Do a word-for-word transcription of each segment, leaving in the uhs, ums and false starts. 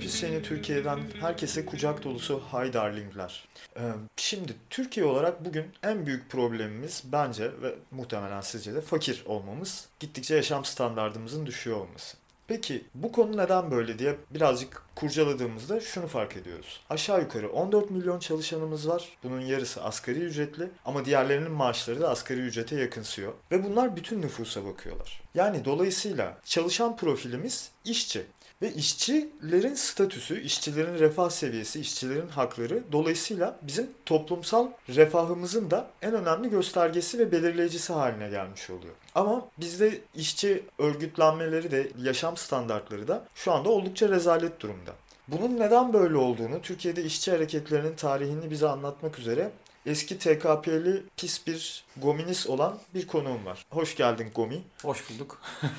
Pis Yeni Türkiye'den herkese kucak dolusu hay darlingler. Ee, Şimdi Türkiye olarak bugün en büyük problemimiz bence ve muhtemelen sizce de fakir olmamız, gittikçe yaşam standardımızın düşüyor olması. Peki bu konu neden böyle diye birazcık kurcaladığımızda şunu fark ediyoruz. Aşağı yukarı on dört milyon çalışanımız var. Bunun yarısı asgari ücretli ama diğerlerinin maaşları da asgari ücrete yakınsıyor. Ve bunlar bütün nüfusa bakıyorlar. Yani dolayısıyla çalışan profilimiz işçi. Ve işçilerin statüsü, işçilerin refah seviyesi, işçilerin hakları dolayısıyla bizim toplumsal refahımızın da en önemli göstergesi ve belirleyicisi haline gelmiş oluyor. Ama bizde işçi örgütlenmeleri de, yaşam standartları da şu anda oldukça rezalet durumda. Bunun neden böyle olduğunu, Türkiye'de işçi hareketlerinin tarihini bize anlatmak üzere eski T K P'li pis bir gominist olan bir konuğum var. Hoş geldin Gomi. Hoş bulduk.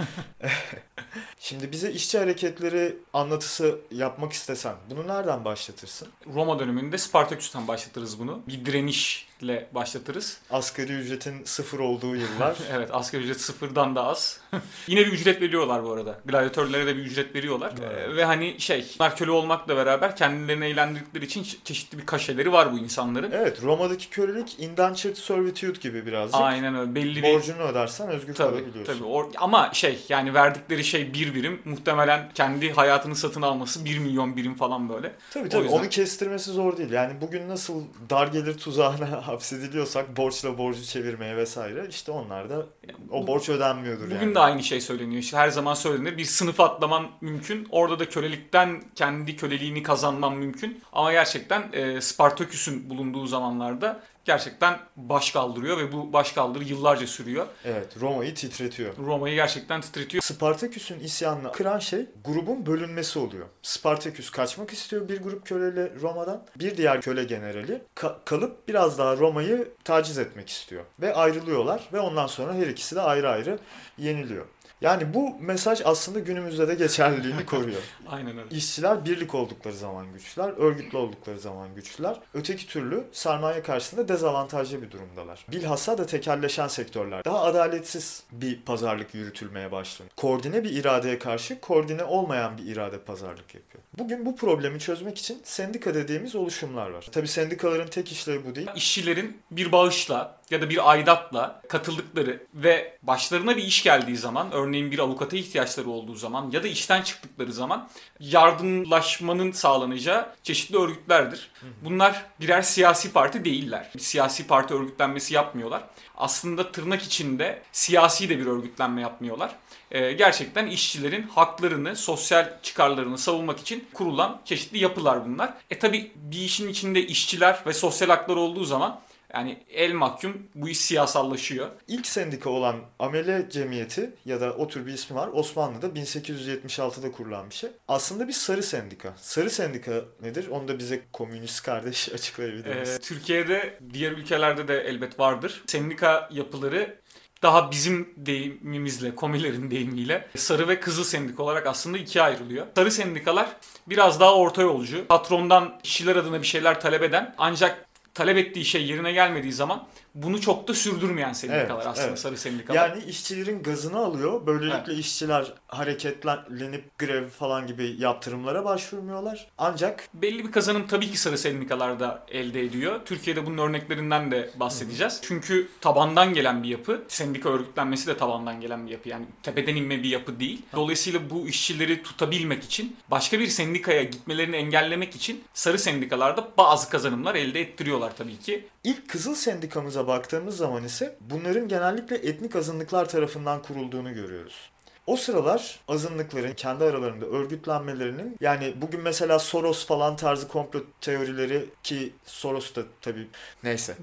Şimdi bize işçi hareketleri anlatısı yapmak istesen bunu nereden başlatırsın? Roma döneminde Spartaküs'ten başlatırız bunu. Bir direnişle başlatırız. Asgari ücretin sıfır olduğu yıllar. Evet, asgari ücret sıfırdan da az. Yine bir ücret veriyorlar bu arada. Gladyatörlere de bir ücret veriyorlar. Evet. Ee, ve hani şey, bunlar köle olmakla beraber kendilerini eğlendirdikleri için çe- çeşitli bir kaşeleri var bu insanların. Evet, Roma'daki kölelik indentured servitude gibi birazcık. Aynen öyle. Belli bir... Borcunu ödersen özgür Tabii, kalabiliyorsun. tabii. Or- Ama şey, yani verdikleri şey bir birim. Muhtemelen kendi hayatını satın alması bir milyon birim falan böyle. Tabii O tabii yüzden- onu kestirmesi zor değil. Yani bugün nasıl dar gelir tuzağına hapsediliyorsak borçla borcu çevirmeye vesaire işte onlar da o Bu- borç ödenmiyordur Bugün yani. de aynı şey söyleniyor. İşte her zaman söylenir. Bir sınıf atlaman mümkün. Orada da kölelikten kendi köleliğini kazanman mümkün. Ama gerçekten e, Spartaküs'ün bulunduğu zamanlarda gerçekten baş kaldırıyor ve bu baş kaldırı yıllarca sürüyor. Evet, Roma'yı titretiyor. Roma'yı gerçekten titretiyor. Spartaküs'ün isyanını kıran şey grubun bölünmesi oluyor. Spartaküs kaçmak istiyor bir grup köleyle Roma'dan. Bir diğer köle generali ka- kalıp biraz daha Roma'yı taciz etmek istiyor. Ve ayrılıyorlar ve ondan sonra her ikisi de ayrı ayrı yeniliyor. Yani bu mesaj aslında günümüzde de geçerliliğini koruyor. Aynen öyle. İşçiler birlik oldukları zaman güçlüler, örgütlü oldukları zaman güçlüler. Öteki türlü sermaye karşısında dezavantajlı bir durumdalar. Bilhassa da tekelleşen sektörler. Daha adaletsiz bir pazarlık yürütülmeye başlanıyor. Koordine bir iradeye karşı koordine olmayan bir irade pazarlık yapıyor. Bugün bu problemi çözmek için sendika dediğimiz oluşumlar var. Tabii sendikaların tek işlevi bu değil. İşçilerin bir bağışla ya da bir aidatla katıldıkları ve başlarına bir iş geldiği zaman, örneğin bir avukata ihtiyaçları olduğu zaman ya da işten çıktıkları zaman yardımlaşmanın sağlanacağı çeşitli örgütlerdir. Bunlar birer siyasi parti değiller. Bir siyasi parti örgütlenmesi yapmıyorlar. Aslında tırnak içinde siyasi de bir örgütlenme yapmıyorlar. Ee, gerçekten işçilerin haklarını, sosyal çıkarlarını savunmak için kurulan çeşitli yapılar bunlar. E tabi bir işin içinde işçiler ve sosyal haklar olduğu zaman yani el mahkum bu iş siyasallaşıyor. İlk sendika olan Amele Cemiyeti ya da o tür bir ismi var. Osmanlı'da bin sekiz yüz yetmiş altıda kurulan bir şey. Aslında bir sarı sendika. Sarı sendika nedir? Onu da bize komünist kardeş açıklayabilir misin? Ee, Türkiye'de, diğer ülkelerde de elbet vardır. Sendika yapıları daha bizim deyimimizle, komilerin deyimiyle sarı ve kızıl sendika olarak aslında ikiye ayrılıyor. Sarı sendikalar biraz daha orta yolcu, patrondan işçiler adına bir şeyler talep eden ancak talep ettiği şey yerine gelmediği zaman bunu çok da sürdürmeyen sendikalar Evet, aslında evet. sarı sendikalar. Yani işçilerin gazını alıyor. Böylelikle Evet. işçiler hareketlenip grev falan gibi yaptırımlara başvurmuyorlar. Ancak Belli bir kazanım tabii ki sarı sendikalarda elde ediyor. Türkiye'de bunun örneklerinden de bahsedeceğiz. Çünkü tabandan gelen bir yapı. Sendika örgütlenmesi de tabandan gelen bir yapı. Yani tepeden inme bir yapı değil. Dolayısıyla bu işçileri tutabilmek için, başka bir sendikaya gitmelerini engellemek için sarı sendikalarda bazı kazanımlar elde ettiriyorlar tabii ki. ilk Kızıl Sendikamıza baktığımız zaman ise bunların genellikle etnik azınlıklar tarafından kurulduğunu görüyoruz. O sıralar azınlıkların kendi aralarında örgütlenmelerinin, yani bugün mesela Soros falan tarzı komplo teorileri, ki Soros da tabii neyse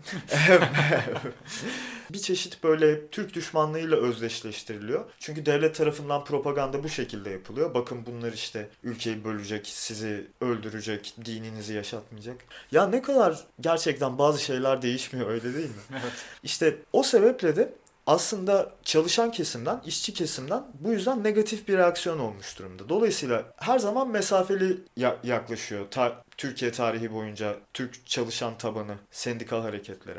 bir çeşit böyle Türk düşmanlığıyla özdeşleştiriliyor. Çünkü devlet tarafından propaganda bu şekilde yapılıyor. Bakın bunlar işte ülkeyi bölecek, sizi öldürecek, dininizi yaşatmayacak. Ya ne kadar gerçekten bazı şeyler değişmiyor, öyle değil mi? Evet. İşte o sebeple de aslında çalışan kesimden, işçi kesimden bu yüzden negatif bir reaksiyon olmuş durumda. Dolayısıyla her zaman mesafeli ya- yaklaşıyor ta- Türkiye tarihi boyunca Türk çalışan tabanı sendikal hareketlere.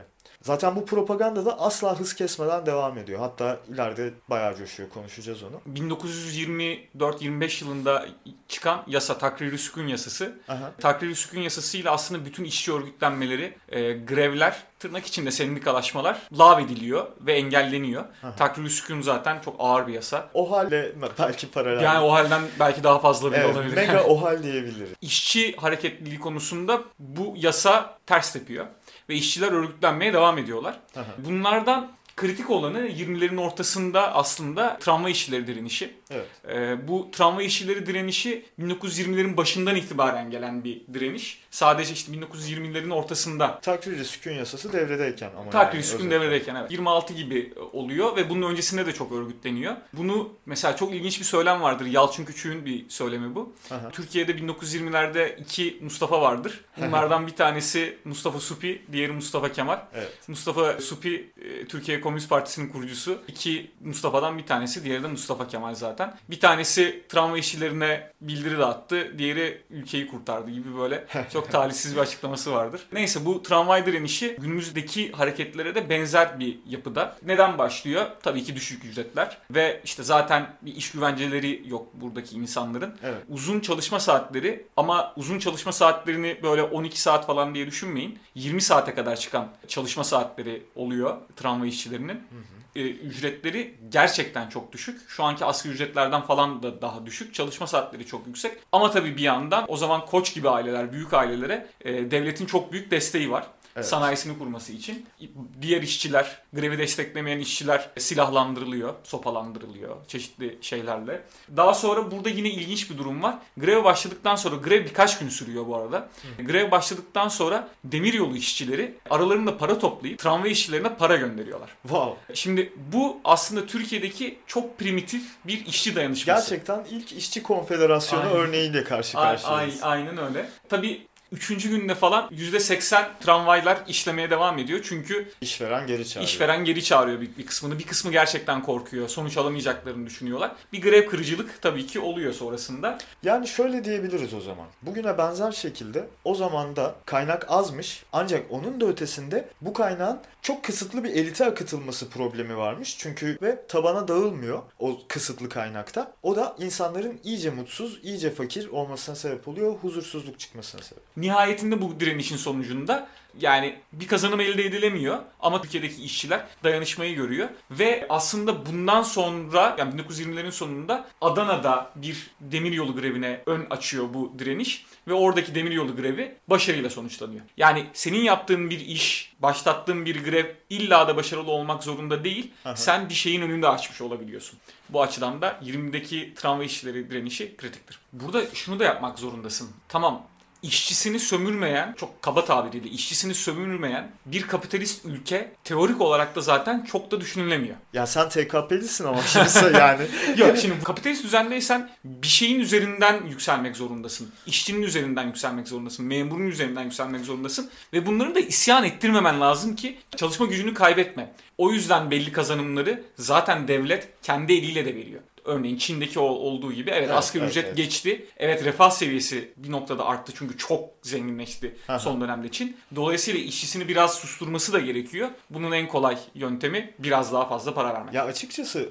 Zaten bu propaganda da asla hız kesmeden devam ediyor. Hatta ileride bayağı coşuyor, konuşacağız onu. bin dokuz yüz yirmi dört yirmi beş yılında çıkan yasa, Takrir-i Sükun yasası. Aha. Takrir-i Sükun yasasıyla aslında bütün işçi örgütlenmeleri, e, grevler, tırnak içinde sendikalaşmalar lağvediliyor ve engelleniyor. Takrir-i Sükun zaten çok ağır bir yasa. OHAL'le belki paralel. Yani OHAL'den belki daha fazla bile evet, olabilir. Mega OHAL diyebiliriz. İşçi hareketliliği konusunda bu yasa ters tepiyor. Ve işçiler örgütlenmeye devam ediyorlar. Aha. Bunlardan kritik olanı yirmilerin ortasında aslında tramvay işçileri direnişi. Evet. Ee, bu tramvay işçileri direnişi bin dokuz yüz yirmilerin başından itibaren gelen bir direniş. Sadece işte bin dokuz yüz yirmilerin ortasında. Takrir-i Sükun yasası devredeyken ama. Takrir-i yani, Sükun özellikle. devredeyken evet. yirmi altı gibi oluyor ve bunun öncesinde de çok örgütleniyor. Bunu mesela çok ilginç bir söylem vardır. Yalçın Küçük'ün bir söylemi bu. Aha. Türkiye'de bin dokuz yüz yirmilerde iki Mustafa vardır. Bunlardan bir tanesi Mustafa Supi, diğeri Mustafa Kemal. Evet. Mustafa Supi Türkiye Komünist Partisi'nin kurucusu. İki Mustafa'dan bir tanesi, diğeri de Mustafa Kemal zaten. Bir tanesi tramvay işçilerine bildiri dağıttı, diğeri ülkeyi kurtardı gibi böyle çok talihsiz bir açıklaması vardır. Neyse bu tramvay direnişi günümüzdeki hareketlere de benzer bir yapıda. Neden başlıyor? Tabii ki düşük ücretler ve işte zaten bir iş güvenceleri yok buradaki insanların. Evet. Uzun çalışma saatleri ama uzun çalışma saatlerini böyle on iki saat falan diye düşünmeyin. yirmi saate kadar çıkan çalışma saatleri oluyor tramvay işçilerinin. Hı hı. Ee, ücretleri gerçekten çok düşük. Şu anki asgari ücretlerden falan da daha düşük. Çalışma saatleri çok yüksek. Ama tabii bir yandan o zaman Koç gibi aileler, büyük ailelere e, devletin çok büyük desteği var. Evet. Sanayisini kurması için. Diğer işçiler, grevi desteklemeyen işçiler silahlandırılıyor, sopalandırılıyor çeşitli şeylerle. Daha sonra burada yine ilginç bir durum var. Grev başladıktan sonra, grev birkaç gün sürüyor bu arada. Hı. Grev başladıktan sonra demiryolu işçileri aralarında para toplayıp tramvay işçilerine para gönderiyorlar. Wow. Şimdi bu aslında Türkiye'deki çok primitif bir işçi dayanışması. Gerçekten ilk işçi konfederasyonu aynen. Örneğiyle karşı karşıyayız. Aynen öyle. Tabii Üçüncü günde falan yüzde seksen tramvaylar işlemeye devam ediyor. Çünkü işveren geri çağırıyor. İşveren geri çağırıyor bir, bir kısmını. Bir kısmı gerçekten korkuyor. Sonuç alamayacaklarını düşünüyorlar. Bir grev kırıcılık tabii ki oluyor sonrasında. Yani şöyle diyebiliriz o zaman. Bugüne benzer şekilde o zaman da kaynak azmış. Ancak onun da ötesinde bu kaynağın çok kısıtlı bir elite akıtılması problemi varmış. Çünkü ve tabana dağılmıyor o kısıtlı kaynakta. O da insanların iyice mutsuz, iyice fakir olmasına sebep oluyor. Huzursuzluk çıkmasına sebep. Nihayetinde bu direnişin sonucunda yani bir kazanım elde edilemiyor ama Türkiye'deki işçiler dayanışmayı görüyor ve aslında bundan sonra yani bin dokuz yüz yirmilerin sonunda Adana'da bir demiryolu grevine ön açıyor bu direniş ve oradaki demiryolu grevi başarıyla sonuçlanıyor. Yani senin yaptığın bir iş, başlattığın bir grev illa da başarılı olmak zorunda değil. Aha. Sen bir şeyin önünde açmış olabiliyorsun. Bu açıdan da yirmideki tramvay işçileri direnişi kritiktir. Burada şunu da yapmak zorundasın. Tamam. İşçisini sömürmeyen, çok kaba tabiriyle işçisini sömürmeyen bir kapitalist ülke teorik olarak da zaten çok da düşünülemiyor. Ya sen T K P'lisin ama şimdi yani. Yok şimdi kapitalist düzendeysen bir şeyin üzerinden yükselmek zorundasın. İşçinin üzerinden yükselmek zorundasın. Memurun üzerinden yükselmek zorundasın. Ve bunları da isyan ettirmemen lazım ki çalışma gücünü kaybetme. O yüzden belli kazanımları zaten devlet kendi eliyle de veriyor. Örneğin Çin'deki olduğu gibi evet, evet asgari evet, ücret evet. geçti. Evet refah seviyesi bir noktada arttı çünkü çok zenginleşti Aha. son dönemde Çin. Dolayısıyla işçisini biraz susturması da gerekiyor. Bunun en kolay yöntemi biraz daha fazla para vermek. Ya açıkçası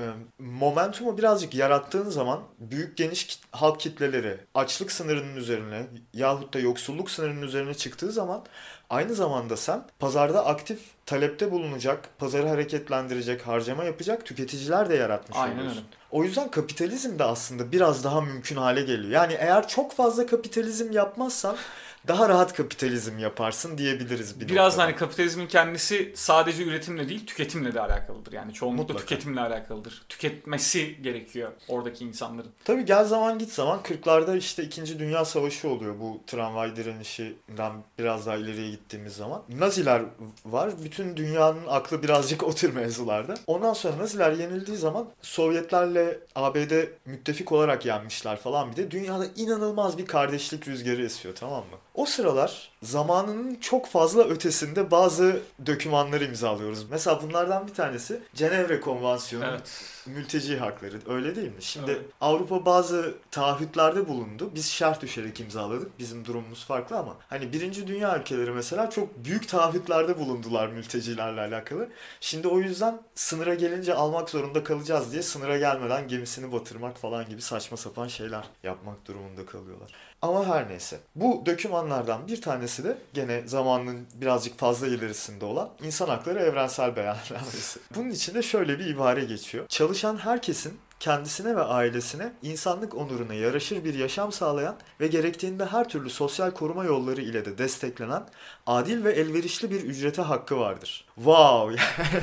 momentumu birazcık yarattığın zaman büyük geniş kit- halk kitleleri açlık sınırının üzerine yahut da yoksulluk sınırının üzerine çıktığı zaman aynı zamanda sen pazarda aktif talepte bulunacak, pazarı hareketlendirecek, harcama yapacak tüketiciler de yaratmış Aynen oluyorsun. Öyle. O yüzden kapitalizm de aslında biraz daha mümkün hale geliyor. Yani eğer çok fazla kapitalizm yapmazsan daha rahat kapitalizm yaparsın diyebiliriz bir Biraz noktada. hani kapitalizmin kendisi sadece üretimle değil tüketimle de alakalıdır. Yani çoğunlukla Mutlaka. Tüketimle alakalıdır. Tüketmesi gerekiyor oradaki insanların. Tabii gel zaman git zaman kırklarda işte İkinci Dünya Savaşı oluyor bu tramvay direnişinden biraz daha ileriye gittiğimiz zaman. Naziler var. Bütün dünyanın aklı birazcık o tür mevzularda. Ondan sonra Naziler yenildiği zaman Sovyetlerle A B D müttefik olarak yenmişler falan bir de. Dünyada inanılmaz bir kardeşlik rüzgarı esiyor, tamam mı? O sıralar zamanının çok fazla ötesinde bazı dokümanları imzalıyoruz. Mesela bunlardan bir tanesi Cenevre Konvansiyonu. Evet. Mülteci hakları, öyle değil mi? Şimdi Evet. Avrupa bazı taahhütlerde bulundu. Biz şerh düşerek imzaladık. Bizim durumumuz farklı ama hani birinci dünya ülkeleri mesela çok büyük taahhütlerde bulundular mültecilerle alakalı. Şimdi o yüzden sınıra gelince almak zorunda kalacağız diye sınıra gelmeden gemisini batırmak falan gibi saçma sapan şeyler yapmak durumunda kalıyorlar. Ama her neyse. Bu dokümanlardan bir tanesi de gene zamanının birazcık fazla ilerisinde olan İnsan Hakları Evrensel Beyannamesi. Bunun içinde şöyle bir ibare geçiyor. Çalışan herkesin kendisine ve ailesine insanlık onuruna yaraşır bir yaşam sağlayan ve gerektiğinde her türlü sosyal koruma yolları ile de desteklenen adil ve elverişli bir ücrete hakkı vardır. Wow!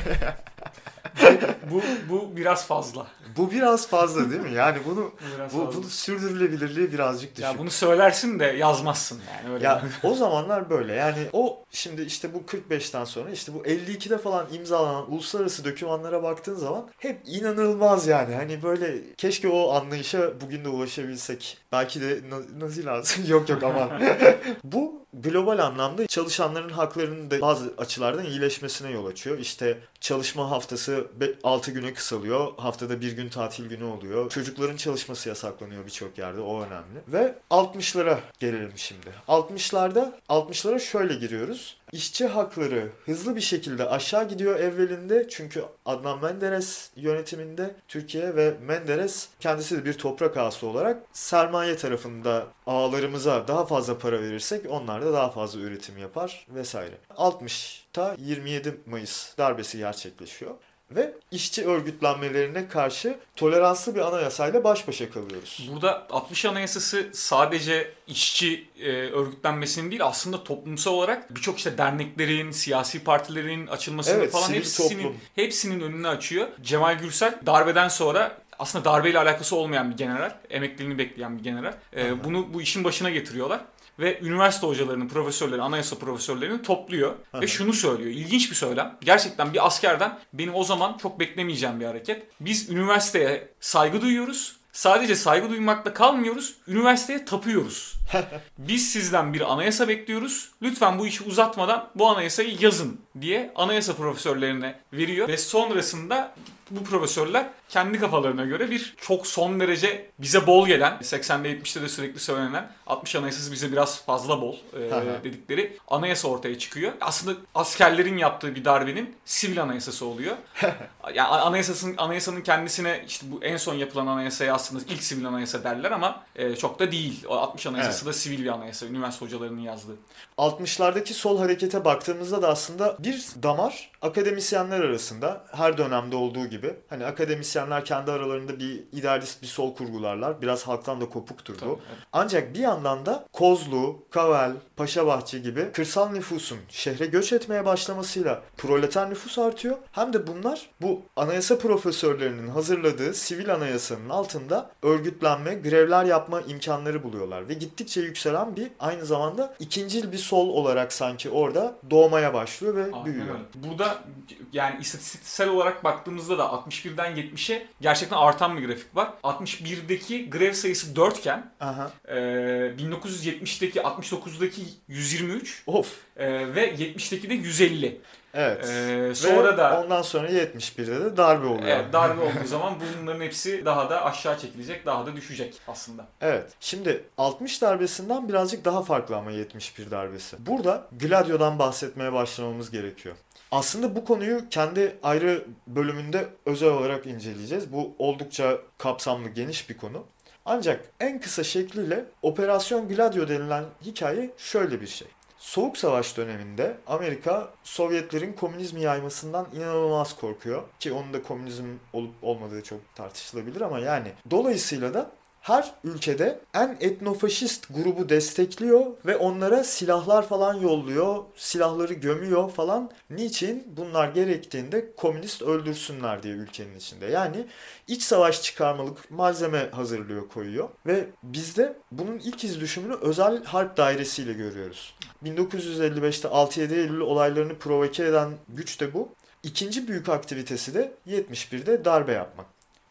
bu bu biraz fazla. Bu biraz fazla değil mi? Yani bunu bu, bu, bunu sürdürülebilirliği birazcık düşük. Ya bunu söylersin de yazmazsın yani öyle. Ya o zamanlar böyle. Yani o şimdi işte bu kırk beşten sonra işte bu elli ikide falan imzalanan uluslararası dokümanlara baktığın zaman hep inanılmaz yani. Hani böyle keşke o anlayışa bugün de ulaşabilsek. Belki de nazi lazım. yok yok aman. Bu global anlamda çalışanların haklarının da bazı açılardan iyileşmesine yol açıyor. İşte çalışma haftası altı güne kısalıyor. Haftada bir gün tatil günü oluyor. Çocukların çalışması yasaklanıyor birçok yerde. O önemli. Ve altmışlara gelelim şimdi. altmışlarda altmışlara şöyle giriyoruz. İşçi hakları hızlı bir şekilde aşağı gidiyor evvelinde. Çünkü Adnan Menderes yönetiminde Türkiye ve Menderes kendisi de bir toprak ağası olarak sermaye tarafında ağalarımıza daha fazla para verirsek onlar da daha fazla üretim yapar vesaire. altmışta yirmi yedi Mayıs darbesi gerçekleşiyor. Ve işçi örgütlenmelerine karşı toleranslı bir anayasayla baş başa kalıyoruz. Burada altmış Anayasası sadece işçi e, örgütlenmesinin değil aslında toplumsal olarak birçok işte derneklerin, siyasi partilerin açılmasını evet, falan hepsinin, hepsinin önünü açıyor. Cemal Gürsel darbeden sonra aslında darbeyle alakası olmayan bir general, emekliliğini bekleyen bir general. E, bunu bu işin başına getiriyorlar. Ve üniversite hocalarının, profesörleri, anayasa profesörlerini topluyor. Ve şunu söylüyor. İlginç bir söylem. Gerçekten bir askerden benim o zaman çok beklemeyeceğim bir hareket. Biz üniversiteye saygı duyuyoruz. Sadece saygı duymakla kalmıyoruz. Üniversiteye tapıyoruz. Biz sizden bir anayasa bekliyoruz. Lütfen bu işi uzatmadan bu anayasayı yazın diye anayasa profesörlerine veriyor. Ve sonrasında bu profesörler kendi kafalarına göre bir çok son derece bize bol gelen, seksende yetmişte de sürekli söylenen altmış Anayasası bize biraz fazla bol e, dedikleri anayasa ortaya çıkıyor. Aslında askerlerin yaptığı bir darbenin sivil anayasası oluyor. Yani anayasasının anayasanın kendisine işte bu en son yapılan anayasaya aslında ilk sivil anayasa derler ama e, çok da değil. O altmış Anayasası evet. da sivil bir anayasa. Üniversite hocalarının yazdığı. altmışlardaki sol harekete baktığımızda da aslında bir damar akademisyenler arasında her dönemde olduğu gibi. Hani akademisyenler kendi aralarında bir idealist bir sol kurgularlar. Biraz halktan da kopuktur bu. Tabii, evet. Ancak bir yandan da Kozlu, Kavel, Paşabahçe gibi kırsal nüfusun şehre göç etmeye başlamasıyla proleter nüfus artıyor. Hem de bunlar bu anayasa profesörlerinin hazırladığı sivil anayasanın altında örgütlenme, grevler yapma imkanları buluyorlar. Ve gittikçe yükselen bir aynı zamanda ikincil bir sol olarak sanki orada doğmaya başlıyor ve Aynen büyüyor. Öyle. Burada yani istatistiksel olarak baktığımızda da altmış birden yetmişe gerçekten artan bir grafik var. altmış birdeki grev sayısı dört iken e, bin dokuz yüz yetmişteki altmış dokuzdaki yüz yirmi üç of. E, ve yetmişteki de yüz elli. Evet. Ee, sonra ve da ondan sonra yetmiş birde de darbe oluyor. Evet, darbe olduğu zaman bunların hepsi daha da aşağı çekilecek, daha da düşecek aslında. Evet. Şimdi altmış darbesinden birazcık daha farklı ama yetmiş bir darbesi. Burada Gladio'dan bahsetmeye başlamamız gerekiyor. Aslında bu konuyu kendi ayrı bölümünde özel olarak inceleyeceğiz. Bu oldukça kapsamlı, geniş bir konu. Ancak en kısa şekliyle Operasyon Gladio denilen hikaye şöyle bir şey. Soğuk Savaş döneminde Amerika Sovyetlerin komünizmi yaymasından inanılmaz korkuyor. Ki onun da komünizm olup olmadığı çok tartışılabilir ama yani. Dolayısıyla da her ülkede en etnofaşist grubu destekliyor ve onlara silahlar falan yolluyor, silahları gömüyor falan. Niçin? Bunlar gerektiğinde komünist öldürsünler diye ülkenin içinde. Yani iç savaş çıkarmalık malzeme hazırlıyor, koyuyor. Ve bizde bunun ilk iz düşümünü özel harp dairesiyle görüyoruz. bin dokuz yüz elli beşte altı yedi Eylül olaylarını provoke eden güç de bu. İkinci büyük aktivitesi de yetmiş birde darbe yapmak.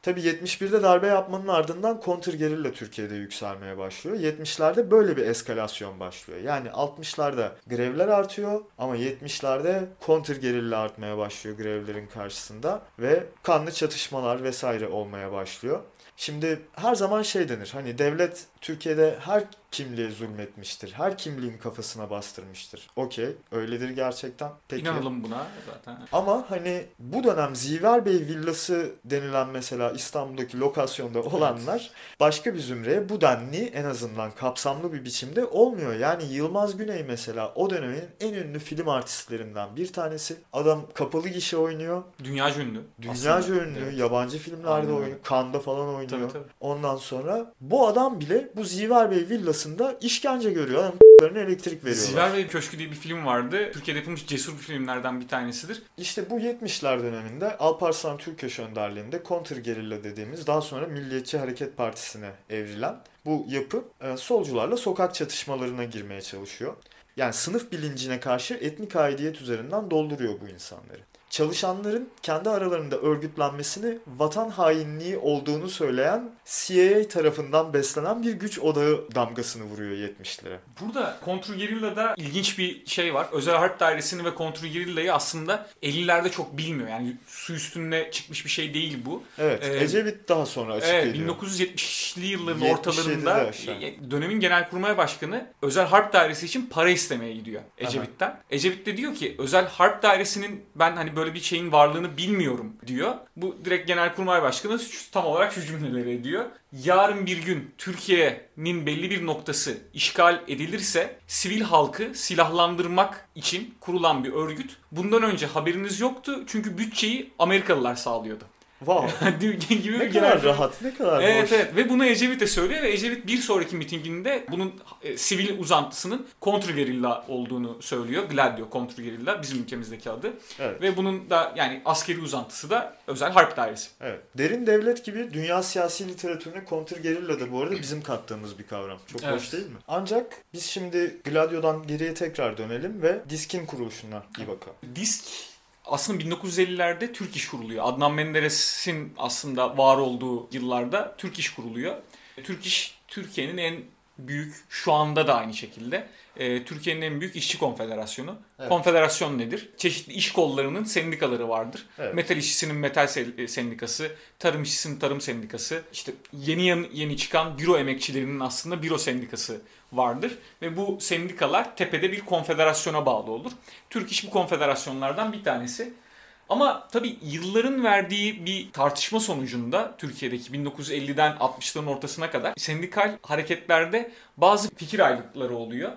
Tabii yetmiş birde darbe yapmanın ardından kontrgerilla Türkiye'de yükselmeye başlıyor. yetmişlerde böyle bir eskalasyon başlıyor. Yani altmışlarda grevler artıyor ama yetmişlerde kontrgerilla artmaya başlıyor grevlerin karşısında ve kanlı çatışmalar vesaire olmaya başlıyor. Şimdi her zaman şey denir, hani devlet Türkiye'de her kimliğe zulmetmiştir, her kimliğin kafasına bastırmıştır. Okey, öyledir gerçekten. Peki. İnanalım buna zaten. Ama hani bu dönem Ziver Bey Villası denilen mesela İstanbul'daki lokasyonda olanlar evet. başka bir zümreye bu denli en azından kapsamlı bir biçimde olmuyor. Yani Yılmaz Güney mesela o dönemin en ünlü film artistlerinden bir tanesi. Adam kapalı gişe oynuyor. Dünyaca ünlü. Dünyaca ünlü, evet. Yabancı filmlerde oynuyor, Cannes'da falan oynuyor. Tabii, tabii. Ondan sonra bu adam bile bu Ziver Bey Villası'nda işkence görüyor. Adam elektrik veriyorlar. Ziver Bey Köşkü diye bir film vardı. Türkiye'de yapılmış cesur bir filmlerden bir tanesidir. İşte bu yetmişler döneminde Alparslan Türkeş önderliğinde kontrgerilla dediğimiz daha sonra Milliyetçi Hareket Partisi'ne evrilen bu yapı solcularla sokak çatışmalarına girmeye çalışıyor. Yani sınıf bilincine karşı etnik aidiyet üzerinden dolduruyor bu insanları. Çalışanların kendi aralarında örgütlenmesini vatan hainliği olduğunu söyleyen C I A tarafından beslenen bir güç odağı damgasını vuruyor yetmişlere. Burada kontrgerillada ilginç bir şey var. Özel Harp Dairesi'ni ve kontrgerillayı aslında ellilerde çok bilmiyor. Yani su üstünde çıkmış bir şey değil bu. Evet, ee, Ecevit daha sonra açık evet, ediyor. bin dokuz yüz yetmişli yılların ortalarında dönemin Genelkurmay Başkanı Özel Harp Dairesi için para istemeye gidiyor Ecevit'ten. Aha. Ecevit de diyor ki Özel Harp Dairesi'nin ben hani böyle bir şeyin varlığını bilmiyorum diyor. Bu direkt Genelkurmay Başkanı tam olarak şu cümleleri ediyor. Yarın bir gün Türkiye'nin belli bir noktası işgal edilirse sivil halkı silahlandırmak için kurulan bir örgüt. Bundan önce haberiniz yoktu çünkü bütçeyi Amerikalılar sağlıyordu. Wow. gibi ne kadar rahat, ne kadar evet, boş. Evet ve bunu Ecevit de söylüyor ve Ecevit bir sonraki mitinginde bunun e, sivil uzantısının kontrgerilla olduğunu söylüyor. Gladio kontrgerilla bizim ülkemizdeki adı. Evet. Ve bunun da yani askeri uzantısı da Özel Harp Dairesi. Evet. Derin devlet gibi dünya siyasi literatürüne kontrgerilla da bu arada bizim kattığımız bir kavram. Çok evet. hoş değil mi? Ancak biz şimdi Gladio'dan geriye tekrar dönelim ve DİSK'in kuruluşuna bir bakalım. DİSK aslında bin dokuz yüz ellilerde Türk İş kuruluyor. Adnan Menderes'in aslında var olduğu yıllarda Türk İş kuruluyor. Türk İş Türkiye'nin en büyük, şu anda da aynı şekilde e, Türkiye'nin en büyük işçi konfederasyonu. Evet. Konfederasyon nedir? Çeşitli iş kollarının sendikaları vardır. Evet. Metal işçisinin metal sendikası, tarım işçisinin tarım sendikası, işte yeni yeni çıkan büro emekçilerinin aslında büro sendikası vardır. Ve bu sendikalar tepede bir konfederasyona bağlı olur. Türk İş bu konfederasyonlardan bir tanesi. Ama tabii yılların verdiği bir tartışma sonucunda Türkiye'deki bin dokuz yüz elliden altmışların ortasına kadar sendikal hareketlerde bazı fikir ayrılıkları oluyor.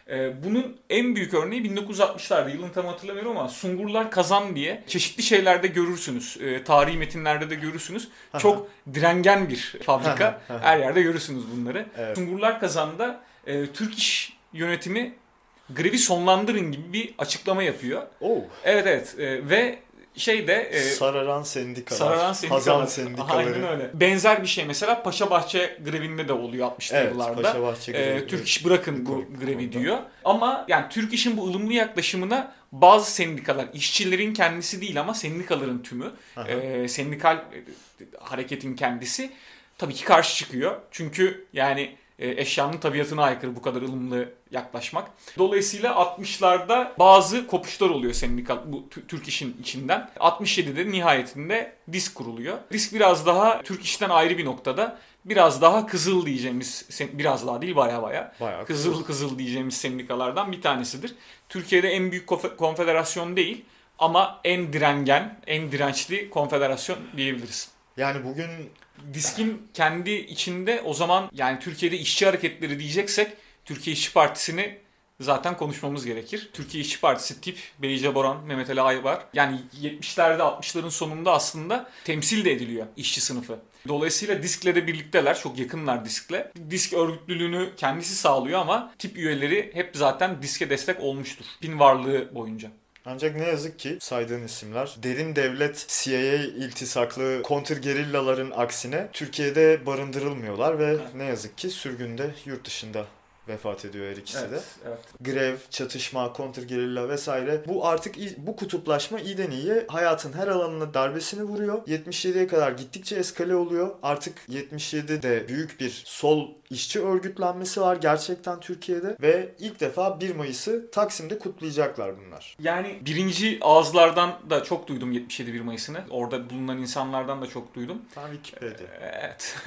Bunun en büyük örneği bin dokuz yüz altmışlarda, yılını tam hatırlamıyorum ama Sungurlar Kazan diye çeşitli şeylerde görürsünüz. Tarihi metinlerde de görürsünüz. Çok direngen bir fabrika. Her yerde görürsünüz bunları. Evet. Sungurlar Kazan'da Türk İş yönetimi grevi sonlandırın gibi bir açıklama yapıyor. Oh. Evet evet ve şeyde e, sararan sendikalar, sararan sendikalar, Hazan sendikaları. Aynen öyle. Benzer bir şey mesela Paşabahçe grevinde de oluyor altmışlı evet, yıllarda. Paşabahçe grevi. E, Türk İş bırakın bu grevi diyor. Ama yani Türk İş'in bu ılımlı yaklaşımına bazı sendikalar, işçilerin kendisi değil ama sendikaların tümü, e, sendikal e, hareketin kendisi tabii ki karşı çıkıyor. Çünkü yani eşyanın tabiatına aykırı bu kadar ılımlı yaklaşmak. Dolayısıyla altmışlarda bazı kopuşlar oluyor sendikal bu Türk İş'in içinden. altmış yedide nihayetinde DİSK kuruluyor. DİSK biraz daha Türk İş'ten ayrı bir noktada, biraz daha kızıl diyeceğimiz, biraz daha değil baya baya, baya kızıl kızıl, kızıl diyeceğimiz sendikalardan bir tanesidir. Türkiye'de en büyük konfederasyon değil ama en direngen, en dirençli konfederasyon diyebiliriz. Yani bugün DİSK'in kendi içinde o zaman yani Türkiye'de işçi hareketleri diyeceksek Türkiye İşçi Partisi'ni zaten konuşmamız gerekir. Türkiye İşçi Partisi tip Beyce Boran, Mehmet Ali Aybar. Yani yetmişlerde altmışların sonunda aslında temsil de ediliyor işçi sınıfı. Dolayısıyla DİSK'le de birlikteler. Çok yakınlar DİSK'le. DİSK örgütlülüğünü kendisi sağlıyor ama tip üyeleri hep zaten DİSK'e destek olmuştur. Bin varlığı boyunca. Ancak ne yazık ki saydığın isimler derin devlet C I A iltisaklı kontrgerillaların aksine Türkiye'de barındırılmıyorlar ve evet. ne yazık ki sürgünde yurt dışında vefat ediyor her ikisi evet, de. Evet. Grev, çatışma, kontrgerilla vesaire. Bu artık bu kutuplaşma iyiden iyiye hayatın her alanına darbesini vuruyor. yetmiş yediye kadar gittikçe eskale oluyor. Artık yetmiş yedide büyük bir sol işçi örgütlenmesi var gerçekten Türkiye'de ve ilk defa bir Mayıs'ı Taksim'de kutlayacaklar bunlar. Yani birinci ağızlardan da çok duydum yetmiş yedi bir Mayıs'ını. Orada bulunan insanlardan da çok duydum. Tam Wikipedia. Evet.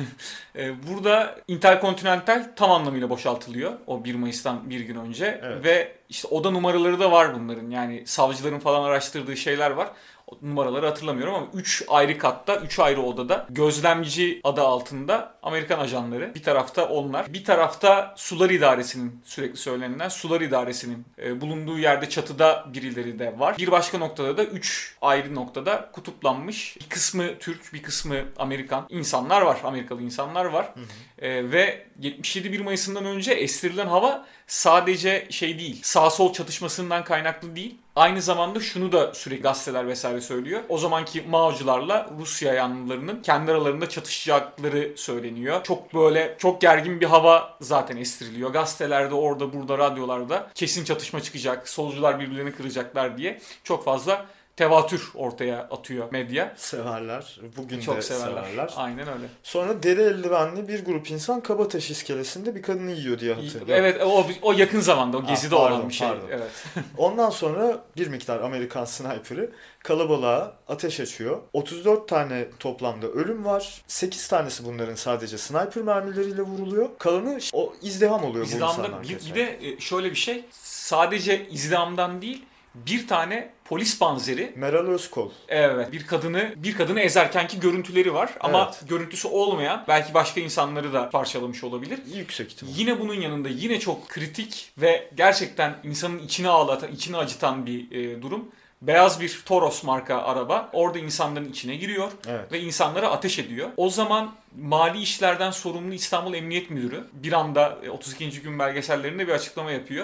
Burada Intercontinental tam anlamıyla boşaltılıyor o bir Mayıs'tan bir gün önce. Evet. Ve işte oda numaraları da var bunların. Yani savcıların falan araştırdığı şeyler var. O numaraları hatırlamıyorum ama üç ayrı katta, üç ayrı odada gözlemci adı altında Amerikan ajanları. Bir tarafta onlar. Bir tarafta Sular İdaresi'nin sürekli söylenilen Sular İdaresi'nin e, bulunduğu yerde çatıda birileri de var. Bir başka noktada da üç ayrı noktada kutuplanmış. Bir kısmı Türk, bir kısmı Amerikan insanlar var. Amerikalı insanlar var. Hı hı. E, ve yetmiş yedi bir Mayıs'ından önce estirilen hava sadece şey değil, sağ sol çatışmasından kaynaklı değil. Aynı zamanda şunu da sürekli gazeteler vesaire söylüyor. O zamanki Mao'cularla Rusya yanlılarının kendi aralarında çatışacakları söyleniyor. Çok böyle çok gergin bir hava zaten estiriliyor. Gazetelerde, orada, burada, radyolarda kesin çatışma çıkacak, solcular birbirlerini kıracaklar diye çok fazla tevatür ortaya atıyor medya. Severler. Bugün çok de severler. severler. Aynen öyle. Sonra deri eldivenli bir grup insan Kabataş iskelesinde bir kadını yiyor diye hatırlıyorum. Evet, o, o yakın zamanda, o gezide ha, pardon, olan bir şey. Pardon. Evet. Ondan sonra bir miktar Amerikan sniper'ı kalabalığa ateş açıyor. otuz dört tane toplamda ölüm var. sekiz tanesi bunların sadece sniper mermileriyle vuruluyor. Kalanı o izdiham oluyor bu insanlar. Bir, bir de şöyle bir şey, sadece izdihamdan değil, bir tane polis panzeri. Meral Özkol. Evet. Bir kadını bir kadını ezerkenki görüntüleri var ama evet. görüntüsü olmayan, belki başka insanları da parçalamış olabilir. Yüksek ihtimal. Yine bunun yanında yine çok kritik ve gerçekten insanın içine ağlatan, içini acıtan bir e, durum. Beyaz bir Toros marka araba orada insanların içine giriyor evet. ve insanlara ateş ediyor. O zaman mali işlerden sorumlu İstanbul Emniyet Müdürü bir anda otuz ikinci gün belgesellerinde bir açıklama yapıyor.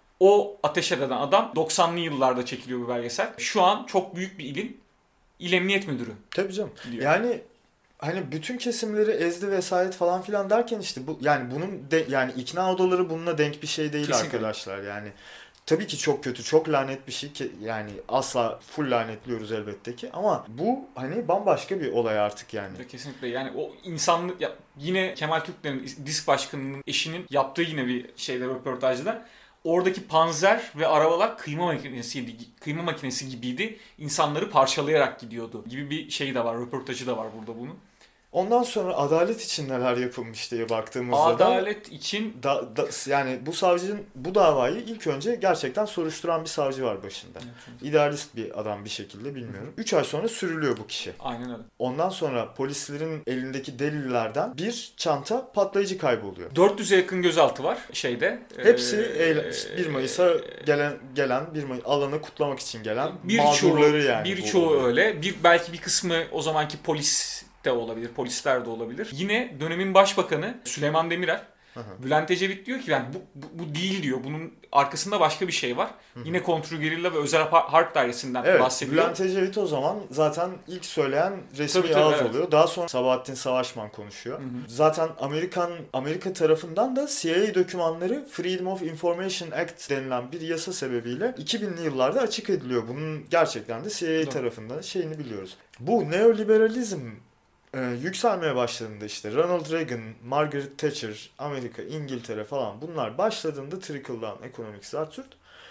O ateş eden adam doksanlı yıllarda çekiliyor bu belgesel. Şu an çok büyük bir ilin il emniyet müdürü. Tabii canım. Diyor. Yani hani bütün kesimleri ezdi vesayet falan filan derken işte bu yani bunun de, yani ikna odaları bununla denk bir şey değil kesinlikle. Arkadaşlar yani. Tabii ki çok kötü, çok lanet bir şey ki yani asla full lanetliyoruz elbette ki ama bu hani bambaşka bir olay artık yani. Kesinlikle yani o insanlık ya, yine Kemal Türkler'in disk başkanının eşinin yaptığı yine bir şeyde röportajda oradaki panzer ve arabalar kıyma makinesiydi, kıyma makinesi gibiydi. İnsanları parçalayarak gidiyordu gibi bir şey de var, röportajı da var burada bunun. Ondan sonra adalet için neler yapılmış diye baktığımızda adalet da, için da, da, yani bu savcının bu davayı ilk önce gerçekten soruşturan bir savcı var başında. Evet, İdealist bir adam bir şekilde bilmiyorum. üç ay sonra sürülüyor bu kişi. Aynen öyle. Ondan sonra polislerin elindeki delillerden bir çanta patlayıcı kayboluyor. dört yüze yakın gözaltı var şeyde. Hepsi ee, bir Mayıs'a gelen gelen bir Mayıs alanı kutlamak için gelen bir mağdurları çoğu, yani. Birçoğu öyle. Bir belki bir kısmı o zamanki polis de olabilir, polisler de olabilir. Yine dönemin başbakanı Süleyman Demirel, hı hı. Bülent Ecevit diyor ki yani bu, bu, bu değil diyor. Bunun arkasında başka bir şey var. Hı hı. Yine kontrgerilla ve özel harp dairesinden evet, bahsediyor. Bülent Ecevit o zaman zaten ilk söyleyen resmi tabii, tabii, ağız evet. oluyor. Daha sonra Sabahattin Savaşman konuşuyor. Hı hı. Zaten Amerikan Amerika tarafından da C I A dokümanları Freedom of Information Act denilen bir yasa sebebiyle iki binli yıllarda açık ediliyor. Bunun gerçekten de C I A tarafından şeyini biliyoruz. Bu neoliberalizm Ee, yükselmeye başladığında işte Ronald Reagan, Margaret Thatcher, Amerika, İngiltere falan bunlar başladığında trickle down ekonomik zatürt.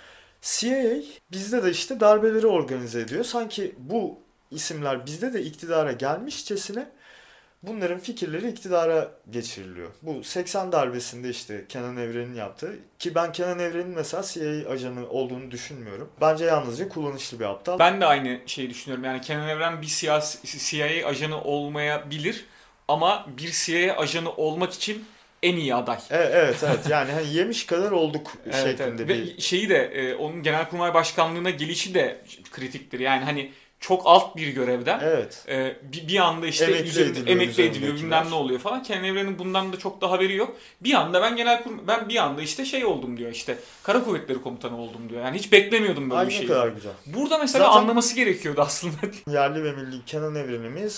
C I A bizde de işte darbeleri organize ediyor. Sanki bu isimler bizde de iktidara gelmişçesine bunların fikirleri iktidara geçiriliyor. Bu seksen darbesinde işte Kenan Evren'in yaptığı ki ben Kenan Evren'in mesela C I A ajanı olduğunu düşünmüyorum. Bence yalnızca kullanışlı bir aptal. Ben de aynı şeyi düşünüyorum. Yani Kenan Evren bir siyasi C I A ajanı olmayabilir ama bir C I A ajanı olmak için en iyi aday. Evet evet, evet. Yani hani yemiş kadar olduk evet, şeklinde evet. bir. Ve şeyi de e, onun Genelkurmay Başkanlığına gelişi de kritiktir. Yani hani çok alt bir görevden evet. e, bir, bir anda işte emekli üzerinde, ediliyor, emekli ediliyor bilmem ne oluyor falan. Kenan Evren'in bundan da çok da haberi yok. Bir anda ben genelkurmay ben bir anda işte şey oldum diyor işte Kara Kuvvetleri Komutanı oldum diyor. Yani hiç beklemiyordum böyle Ay, bir şeyi. Ne kadar güzel. Burada mesela zaten anlaması gerekiyordu aslında. Yerli ve milli Kenan Evren'imiz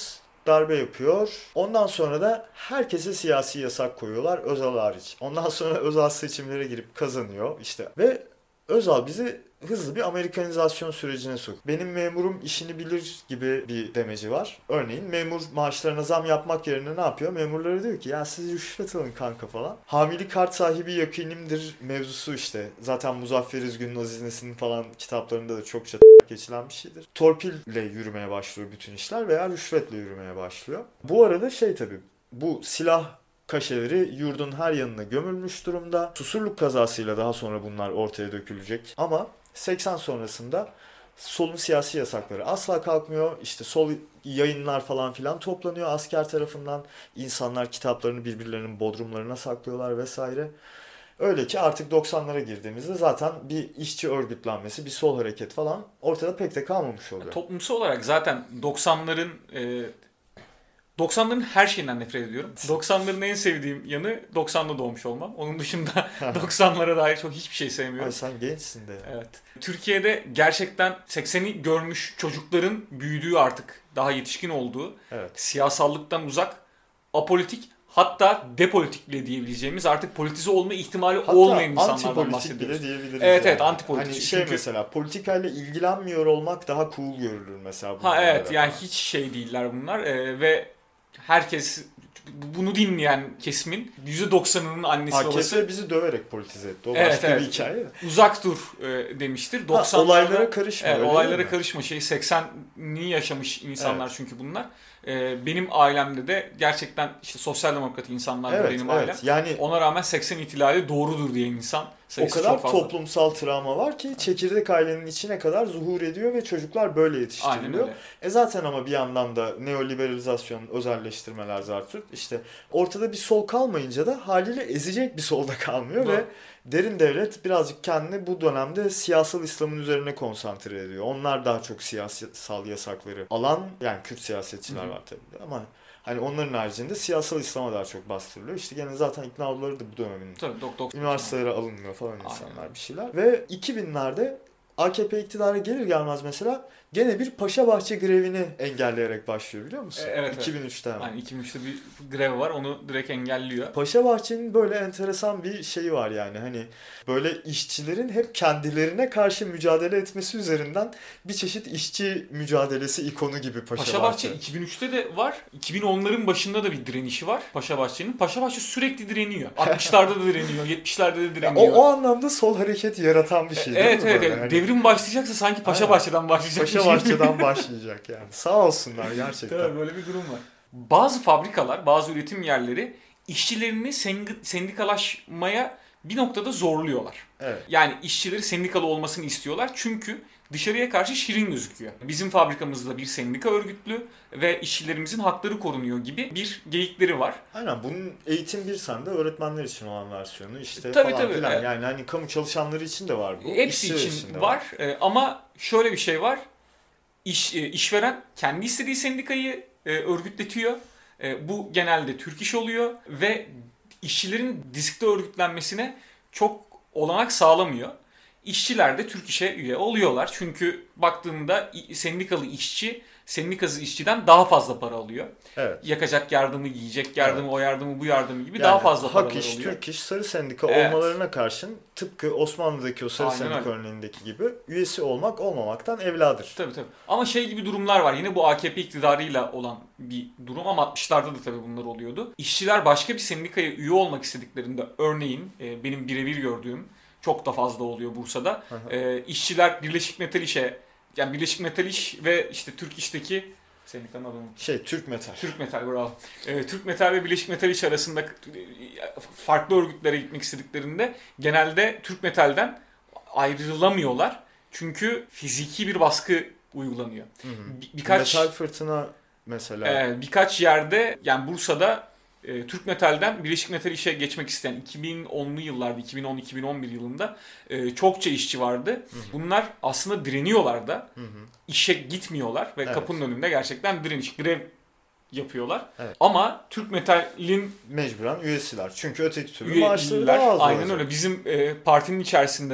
darbe yapıyor. Ondan sonra da herkese siyasi yasak koyuyorlar, Özal hariç. Ondan sonra Özal seçimlere girip kazanıyor işte ve Özal bizi hızlı bir Amerikanizasyon sürecine sok. Benim memurum işini bilir gibi bir demeci var. Örneğin memur maaşlarına zam yapmak yerine ne yapıyor? Memurlara diyor ki ya siz rüşvet alın kanka falan. Hamili kart sahibi yakinimdir mevzusu işte. Zaten Muzaffer İzgün'ün, Aziz Nesin'in falan kitaplarında da çokça geçilen bir şeydir. Torpille yürümeye başlıyor bütün işler veya rüşvetle yürümeye başlıyor. Bu arada şey tabii bu silah kaşeleri yurdun her yanına gömülmüş durumda. Susurluk kazasıyla daha sonra bunlar ortaya dökülecek. Ama seksen sonrasında solun siyasi yasakları asla kalkmıyor. İşte sol yayınlar falan filan toplanıyor asker tarafından. İnsanlar kitaplarını birbirlerinin bodrumlarına saklıyorlar vesaire. Öyle ki artık doksanlara girdiğimizde zaten bir işçi örgütlenmesi, bir sol hareket falan ortada pek de kalmamış oluyor. Toplumsal olarak zaten doksanların e, doksanların her şeyinden nefret ediyorum. doksanların en sevdiğim yanı doksanda doğmuş olmam. Onun dışında doksanlara dair çok hiçbir şey sevmiyorum. Ay sen gençsin de. Evet. Türkiye'de gerçekten sekseni görmüş çocukların büyüdüğü artık daha yetişkin olduğu, evet. siyasallıktan uzak, apolitik hatta depolitik bile diyebileceğimiz artık politize olma ihtimali hatta olmayan insanlardan bahsediyoruz. Hatta antipolitik bile diyebiliriz. Evet yani. evet antipolitik. Hani şey Çünkü... mesela politikayla ilgilenmiyor olmak daha cool görülür mesela. Ha evet yani hiç şey değiller bunlar ee, ve herkes bunu dinleyen kesimin yüzde doksanının annesi babası. babası. A K P bizi döverek politize etti. O evet, başka evet. bir hikaye. Uzak dur e, demiştir. Ha, olaylara karışma. Evet, olaylara karışma. Şey seksenini yaşamış insanlar evet. Çünkü bunlar. E, benim ailemde de gerçekten işte sosyal demokrat insanlar evet, benim evet. ailem. Yani ona rağmen seksen ihtilali doğrudur diyen insan sayısı o kadar çok fazla. toplumsal travma var ki çekirdek ailenin içine kadar zuhur ediyor ve çocuklar böyle yetiştiriliyor. E zaten ama bir yandan da neoliberalizasyon, özelleştirmeler zaten işte ortada bir sol kalmayınca da haliyle ezecek bir sol da kalmıyor. Doğru. Ve derin devlet birazcık kendini bu dönemde siyasal İslam'ın üzerine konsantre ediyor. Onlar daha çok siyasal yasakları alan, yani Kürt siyasetçiler Hı-hı. var tabii de ama hani onların haricinde siyasal İslam'a daha çok bastırılıyor. İşte gene zaten ikna odaları da bu dönemin tabii, dok, dok, üniversitelere dok. alınmıyor falan insanlar Aynen. bir şeyler. Ve iki binlerde A K P iktidara gelir gelmez mesela gene bir Paşabahçe grevini engelleyerek başlıyor biliyor musun? E, evet. iki bin üçte hemen. Yani iki bin üçte bir grev var onu direkt engelliyor. Paşabahçe'nin böyle enteresan bir şeyi var yani hani böyle işçilerin hep kendilerine karşı mücadele etmesi üzerinden bir çeşit işçi mücadelesi ikonu gibi Paşabahçe. Paşabahçe iki bin üçte de var. iki bin onların başında da bir direnişi var Paşabahçe'nin. Paşabahçe sürekli direniyor. altmışlarda da direniyor, yetmişlerde de direniyor. O, o anlamda sol hareket yaratan bir şey değil evet, mi? Evet evet. Yani devrim başlayacaksa sanki Paşabahçe'den başlayacak. Paşabahçe'den başlayacak yani. Sağ olsunlar gerçekten. Tabii böyle bir durum var. Bazı fabrikalar, bazı üretim yerleri işçilerini sendikalaşmaya bir noktada zorluyorlar. Evet. Yani işçileri sendikalı olmasını istiyorlar çünkü dışarıya karşı şirin gözüküyor. Bizim fabrikamızda bir sendika örgütlü ve işçilerimizin hakları korunuyor gibi bir geyikleri var. Aynen bunun eğitim bir sende öğretmenler için olan versiyonu işte tabii, falan tabii. filan. Yani hani kamu çalışanları için de var bu. Hepsi için, için var ee, ama şöyle bir şey var. İş, işveren kendi istediği sendikayı e, örgütletiyor. E, bu genelde Türk İş oluyor ve işçilerin diskte örgütlenmesine çok olanak sağlamıyor. İşçiler de Türk İş'e üye oluyorlar. Çünkü baktığında sendikalı işçi sendikası işçiden daha fazla para alıyor. Evet. Yakacak yardımı, giyecek yardımı, evet. o yardımı, bu yardımı gibi yani daha fazla paralar oluyor. Hak İş, oluyor. Türk İş, sarı sendika evet. olmalarına karşın tıpkı Osmanlı'daki o sarı Aynen sendika öyle. örneğindeki gibi üyesi olmak olmamaktan evladır. Tabii tabii. Ama şey gibi durumlar var. Yine bu A K P iktidarıyla olan bir durum ama altmışlarda da tabii bunlar oluyordu. İşçiler başka bir sendikaya üye olmak istediklerinde örneğin benim birebir gördüğüm çok da fazla oluyor Bursa'da. E, işçiler Birleşik Metal İş'e yani Birleşik Metal İş ve işte Türk İş'teki sendikanın adını şey Türk Metal. Türk Metal bravo. E, Türk Metal ve Birleşik Metal İş arasında farklı örgütlere gitmek istediklerinde genelde Türk Metal'den ayrılamıyorlar. Çünkü fiziki bir baskı uygulanıyor. Hı hı. Bir, birkaç Metal Fırtına mesela. E, birkaç yerde yani Bursa'da E, Türk Metal'den Birleşik Metal İş'e geçmek isteyen iki bin onlu yıllarda, iki bin on iki bin on bir yılında e, çokça işçi vardı. Hı hı. Bunlar aslında direniyorlar da. Hı hı. İşe gitmiyorlar ve evet. kapının önünde gerçekten direniş, grev yapıyorlar. Evet. Ama Türk Metal'in mecburen üyesiler. Çünkü öteki türlü maaşları daha az Aynen olacak. öyle. Bizim e, partinin içerisinde de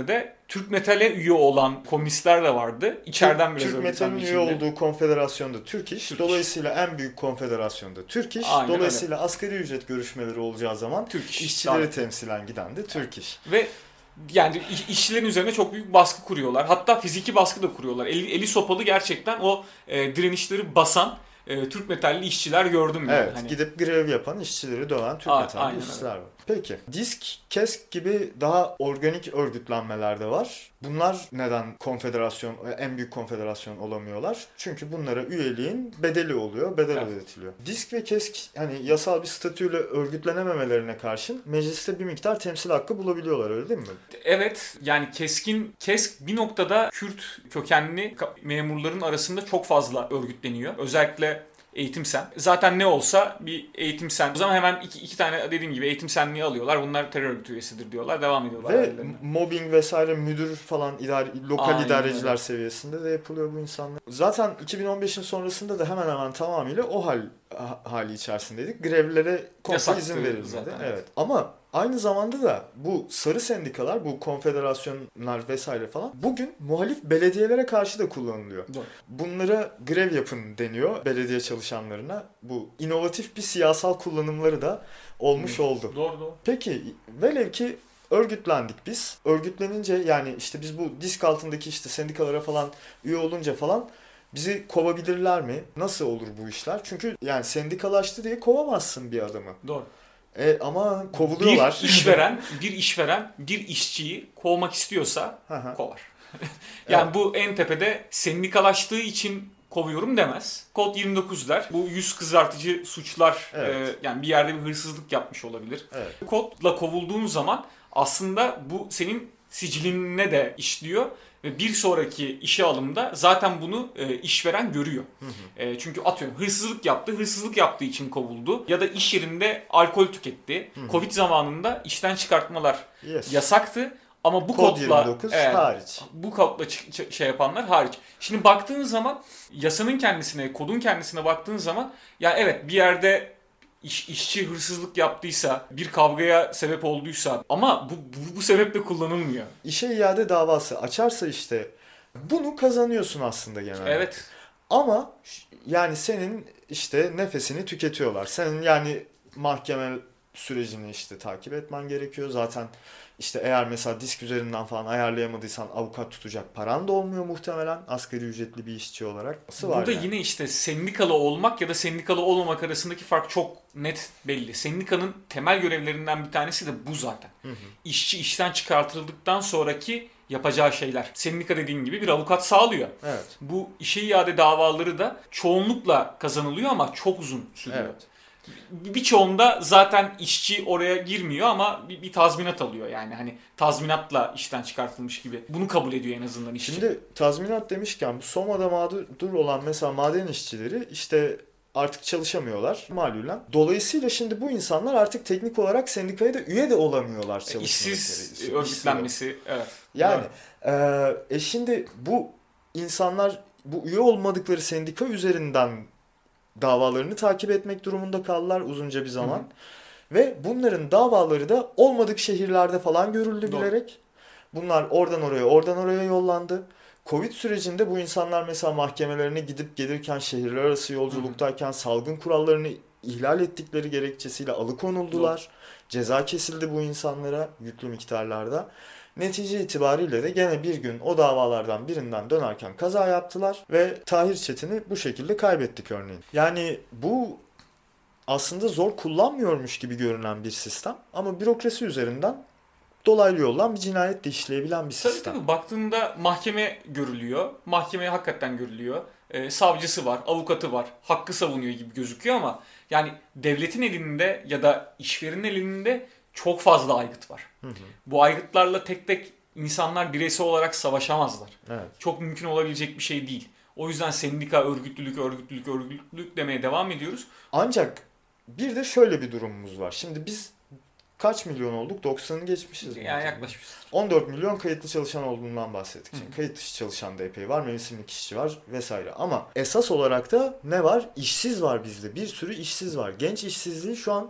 Türk Metal'e üye olan komünistler de vardı. İçeriden biraz Türk Metal'in üye olduğu konfederasyonda Türk İş, Türk dolayısıyla en büyük konfederasyonda Türk İş, Aynen dolayısıyla öyle. Asgari ücret görüşmeleri olacağı zaman Türk İş, işçileri tabii. temsilen giden de Türk İş. Ve yani işçilerin üzerine çok büyük baskı kuruyorlar. Hatta fiziki baskı da kuruyorlar. Eli, eli sopalı gerçekten o e, direnişleri basan e, Türk Metalli işçiler gördüm yani. Evet, hani... gidip grev yapan, işçileri döven Türk A- Metalli işçiler var. Peki, DİSK, KESK gibi daha organik örgütlenmeler de var. Bunlar neden konfederasyon, en büyük konfederasyon olamıyorlar? Çünkü bunlara üyeliğin bedeli oluyor, bedel evet. ödetiliyor. DİSK ve KESK hani yasal bir statüyle örgütlenememelerine karşın mecliste bir miktar temsil hakkı bulabiliyorlar, öyle değil mi? Evet, yani KESK'in KESK bir noktada Kürt kökenli memurların arasında çok fazla örgütleniyor. Özellikle Eğitim Sen. Zaten ne olsa bir Eğitim Sen. O zaman hemen iki, iki tane dediğim gibi Eğitim Senliği alıyorlar. Bunlar terör örgütü üyesidir diyorlar. Devam ediyorlar. Ve ailelerine. mobbing vesaire müdür falan idare, lokal Aynen idareciler öyle. seviyesinde de yapılıyor bu insanlar. Zaten iki bin on beşin sonrasında da hemen hemen tamamıyla o hal hali içerisindeydik. Grevlere komple izin verilmedi. Zaten, evet. evet. Ama aynı zamanda da bu sarı sendikalar, bu konfederasyonlar vesaire falan bugün muhalif belediyelere karşı da kullanılıyor. Doğru. Bunlara grev yapın deniyor belediye çalışanlarına. Bu inovatif bir siyasal kullanımları da olmuş Hı. oldu. Doğru doğru. Peki velev ki örgütlendik biz. Örgütlenince yani işte biz bu disk altındaki işte sendikalara falan üye olunca falan bizi kovabilirler mi? Nasıl olur bu işler? Çünkü yani sendikalaştı diye kovamazsın bir adamı. Doğru. E ama kovuluyorlar. Bir işveren, bir işveren bir işçiyi kovmak istiyorsa kovar. Yani evet. Bu en tepede sendikalaştığı için kovuyorum demez. Kod yirmi dokuz der. Bu yüz kızartıcı suçlar evet. e, yani bir yerde bir hırsızlık yapmış olabilir. Evet. Kodla kovulduğun zaman aslında bu senin siciline de işliyor ve bir sonraki işe alımda zaten bunu e, işveren görüyor. Hı hı. E, çünkü atıyorum hırsızlık yaptı, hırsızlık yaptığı için kovuldu ya da iş yerinde alkol tüketti. Hı hı. Covid zamanında işten çıkartmalar yes. yasaktı. Ama bu Kod kodla yirmi dokuz evet, hariç. Bu kodla ç- ç- şey yapanlar hariç. Şimdi baktığın zaman yasanın kendisine, kodun kendisine baktığın zaman ya evet bir yerde iş, işçi hırsızlık yaptıysa, bir kavgaya sebep olduysa ama bu bu, bu sebeple kullanılmıyor. İşe iade davası açarsa işte bunu kazanıyorsun aslında genelde. Evet. Ama yani senin işte nefesini tüketiyorlar. Senin yani mahkeme sürecini işte takip etmen gerekiyor. Zaten işte eğer mesela disk üzerinden falan ayarlayamadıysan avukat tutacak paran da olmuyor muhtemelen asgari ücretli bir işçi olarak. Nasıl var Burada yani? Yine işte sendikalı olmak ya da sendikalı olmamak arasındaki fark çok net belli. Sendikanın temel görevlerinden bir tanesi de bu zaten. Hı hı. İşçi işten çıkartıldıktan sonraki yapacağı şeyler. Sendika dediğin gibi bir avukat sağlıyor. Evet. Bu işe iade davaları da çoğunlukla kazanılıyor ama çok uzun sürüyor. Evet. Birçoğunda zaten işçi oraya girmiyor ama bir, bir tazminat alıyor yani hani tazminatla işten çıkartılmış gibi. Bunu kabul ediyor en azından işçi. Şimdi tazminat demişken bu Soma'da mağdur olan mesela maden işçileri işte artık çalışamıyorlar malulen. Dolayısıyla şimdi bu insanlar artık teknik olarak sendikaya da üye de olamıyorlar çalışmaları. İşsiz örgütlenmesi. Evet. Yani e, e şimdi bu insanlar bu üye olmadıkları sendika üzerinden davalarını takip etmek durumunda kaldılar uzunca bir zaman. Hı hı. Ve bunların davaları da olmadık şehirlerde falan görüldü Doğru. bilerek. Bunlar oradan oraya, oradan oraya yollandı. Covid sürecinde bu insanlar mesela mahkemelerine gidip gelirken, şehirler arası yolculuktayken hı hı. salgın kurallarını ihlal ettikleri gerekçesiyle alıkonuldular. Doğru. Ceza kesildi bu insanlara yüklü miktarlarda. Netice itibariyle de gene bir gün o davalardan birinden dönerken kaza yaptılar ve Tahir Çetin'i bu şekilde kaybettik örneğin. Yani bu aslında zor kullanmıyormuş gibi görünen bir sistem ama bürokrasi üzerinden dolaylı yoldan bir cinayet de işleyebilen bir sistem. Tabii tabii baktığında mahkeme görülüyor. Mahkemeye hakikaten görülüyor. Ee, savcısı var, avukatı var, hakkı savunuyor gibi gözüküyor ama yani devletin elinde ya da işverenin elinde çok fazla aygıt var. Hı hı. Bu aygıtlarla tek tek insanlar bireysel olarak savaşamazlar. Evet. Çok mümkün olabilecek bir şey değil. O yüzden sendika, örgütlülük, örgütlülük, örgütlülük demeye devam ediyoruz. Ancak bir de şöyle bir durumumuz var. Şimdi biz kaç milyon olduk? doksanı geçmişiz. Yani yaklaşmışız. on dört milyon kayıtlı çalışan olduğundan bahsettik. Şimdi kayıt dışı çalışan da epey var. Mevsimlik işçi var vesaire. Ama esas olarak da ne var? İşsiz var bizde. Bir sürü işsiz var. Genç işsizliği şu an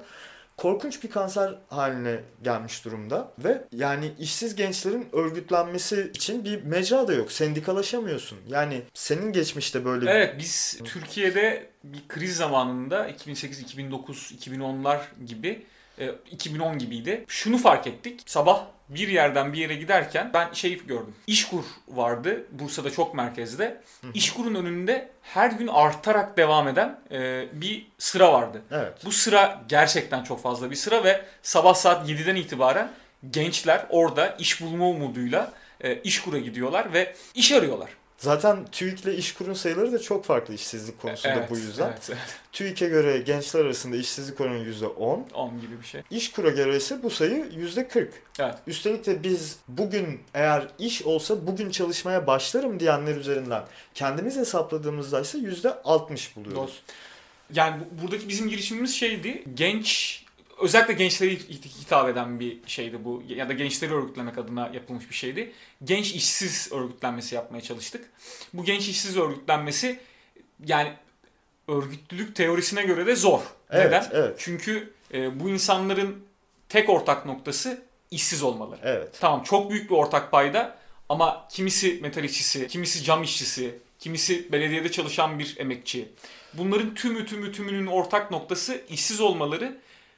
korkunç bir kanser haline gelmiş durumda ve yani işsiz gençlerin örgütlenmesi için bir mecra da yok. Sendikalaşamıyorsun. Yani senin geçmişte böyle bir... Evet, biz Türkiye'de bir kriz zamanında iki bin sekiz, iki bin dokuz, iki bin onlar gibi, iki bin on gibiydi. Şunu fark ettik. Sabah bir yerden bir yere giderken ben şey gördüm. İşkur vardı. Bursa'da çok merkezde. İşkur'un önünde her gün artarak devam eden e, bir sıra vardı. Evet. Bu sıra gerçekten çok fazla bir sıra ve sabah saat yediden itibaren gençler orada iş bulma umuduyla e, İşkur'a gidiyorlar ve iş arıyorlar. Zaten TÜİK'le İşkur'un sayıları da çok farklı işsizlik konusunda evet, bu yüzden. Evet, evet. TÜİK'e göre gençler arasında işsizlik oranı yüzde on. on gibi bir şey. İşkur'a göre ise bu sayı yüzde kırk. Evet. Üstelik de biz bugün eğer iş olsa bugün çalışmaya başlarım diyenler üzerinden kendimiz hesapladığımızda ise yüzde altmış buluyoruz. Doğru. Yani bu, buradaki bizim girişimimiz şeydi. Genç, özellikle gençlere hitap eden bir şeydi bu. Ya da gençleri örgütlemek adına yapılmış bir şeydi. Genç işsiz örgütlenmesi yapmaya çalıştık. Bu genç işsiz örgütlenmesi yani örgütlülük teorisine göre de zor. Evet, Neden? Evet. Çünkü e, bu insanların tek ortak noktası işsiz olmaları. Evet. Tamam, çok büyük bir ortak payda ama kimisi metal işçisi, kimisi cam işçisi, kimisi belediyede çalışan bir emekçi. Bunların tümü tümü tümünün ortak noktası işsiz olmaları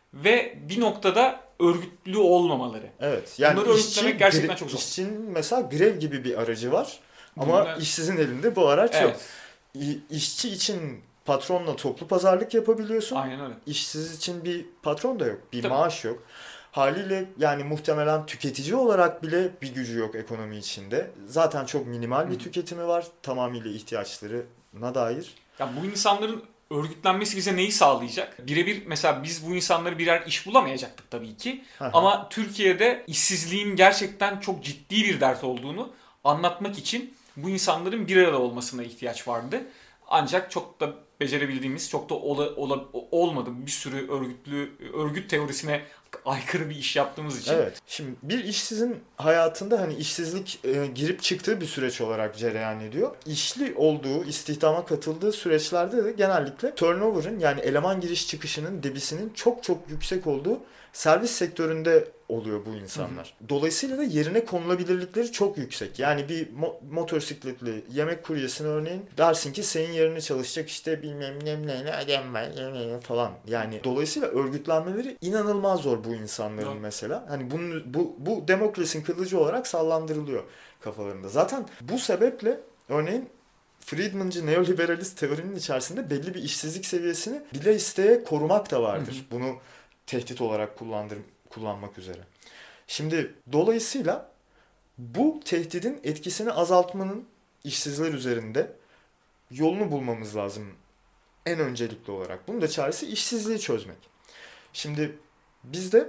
ve bir noktada örgütlü olmamaları. Evet. Yani bunları işçi, örgütlemek gerçekten gre- çok zor. İşçinin mesela grev gibi bir aracı var ama Bunlar... işsizin elinde bu araç evet. yok. İ- İşçi için patronla toplu pazarlık yapabiliyorsun. Aynen öyle. İşsiz için bir patron da yok, bir Tabii. maaş yok. Haliyle yani muhtemelen tüketici olarak bile bir gücü yok ekonomi içinde. Zaten çok minimal bir tüketimi var. Tamamıyla ihtiyaçlarına dair. Ya bu insanların örgütlenmesi bize neyi sağlayacak? Birebir mesela biz bu insanları birer iş bulamayacaktık tabii ki. Ama Türkiye'de işsizliğin gerçekten çok ciddi bir dert olduğunu anlatmak için bu insanların bir arada olmasına ihtiyaç vardı. Ancak çok da becerebildiğimiz, çok da ola, ola, olmadı. Bir sürü örgütlü, örgüt teorisine aykırı bir iş yaptığımız için. Evet. Şimdi bir işsizin hayatında hani işsizlik e, girip çıktığı bir süreç olarak cereyan ediyor. İşli olduğu, istihdama katıldığı süreçlerde de genellikle turnover'ın yani eleman giriş çıkışının debisinin çok çok yüksek olduğu servis sektöründe oluyor bu insanlar. Hı hı. Dolayısıyla da yerine konulabilirlikleri çok yüksek. Yani bir mo- motosikletli yemek kuryesine örneğin dersin ki senin yerine çalışacak işte bilmem ne ne ne adam var falan. Yani dolayısıyla örgütlenmeleri inanılmaz zor bu insanların evet. mesela. Hani bunun bu bu demokrasinin kılıcı olarak sallandırılıyor kafalarında. Zaten bu sebeple örneğin Friedman'cı neoliberalist teorinin içerisinde belli bir işsizlik seviyesini bile isteye korumak da vardır. Hı hı. Bunu tehdit olarak kullandır, kullanmak üzere. Şimdi dolayısıyla bu tehdidin etkisini azaltmanın işsizler üzerinde yolunu bulmamız lazım en öncelikli olarak. Bunun da çaresi işsizliği çözmek. Şimdi bizde